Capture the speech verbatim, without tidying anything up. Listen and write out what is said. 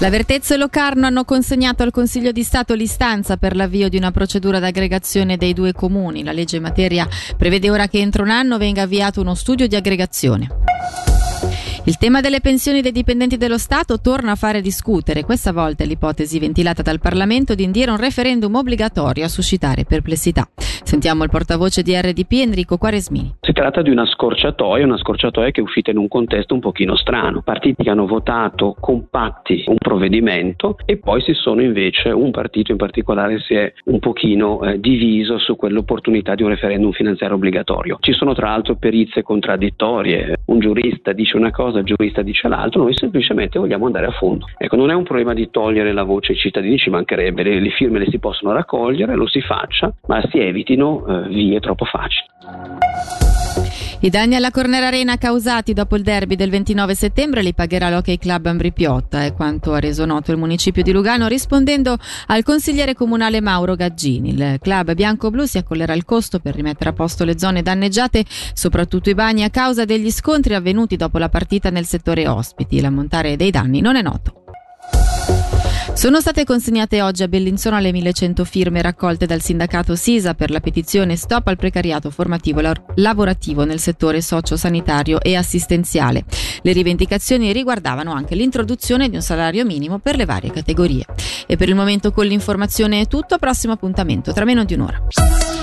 La Vertezzo e Locarno hanno consegnato al Consiglio di Stato l'istanza per l'avvio di una procedura d'aggregazione dei due comuni. La legge in materia prevede ora che entro un anno venga avviato uno studio di aggregazione. Il tema delle pensioni dei dipendenti dello Stato torna a fare discutere. Questa volta è l'ipotesi ventilata dal Parlamento di indire un referendum obbligatorio a suscitare perplessità. Sentiamo il portavoce di R D P Enrico Quaresmini. Si tratta di una scorciatoia, una scorciatoia che è uscita in un contesto un pochino strano. Partiti che hanno votato compatti un provvedimento e poi si sono invece, un partito in particolare si è un pochino eh, diviso su quell'opportunità di un referendum finanziario obbligatorio. Ci sono tra l'altro perizie contraddittorie, un giurista dice una cosa, il giurista dice l'altro, noi semplicemente vogliamo andare a fondo. Ecco, non è un problema di togliere la voce ai cittadini, ci mancherebbe, le, le firme le si possono raccogliere, lo si faccia, ma si evitino eh, vie troppo facili. I danni alla Corner Arena causati dopo il derby del ventinove settembre li pagherà l'Hockey Club Ambri Piotta, è quanto ha reso noto il municipio di Lugano rispondendo al consigliere comunale Mauro Gaggini. Il club bianco-blu si accollerà il costo per rimettere a posto le zone danneggiate, soprattutto i bagni, a causa degli scontri avvenuti dopo la partita nel settore ospiti. L'ammontare dei danni non è noto. Sono state consegnate oggi a Bellinzona le millecento firme raccolte dal sindacato Sisa per la petizione Stop al precariato formativo e lavorativo nel settore socio-sanitario e assistenziale. Le rivendicazioni riguardavano anche l'introduzione di un salario minimo per le varie categorie. E per il momento con l'informazione è tutto, prossimo appuntamento tra meno di un'ora.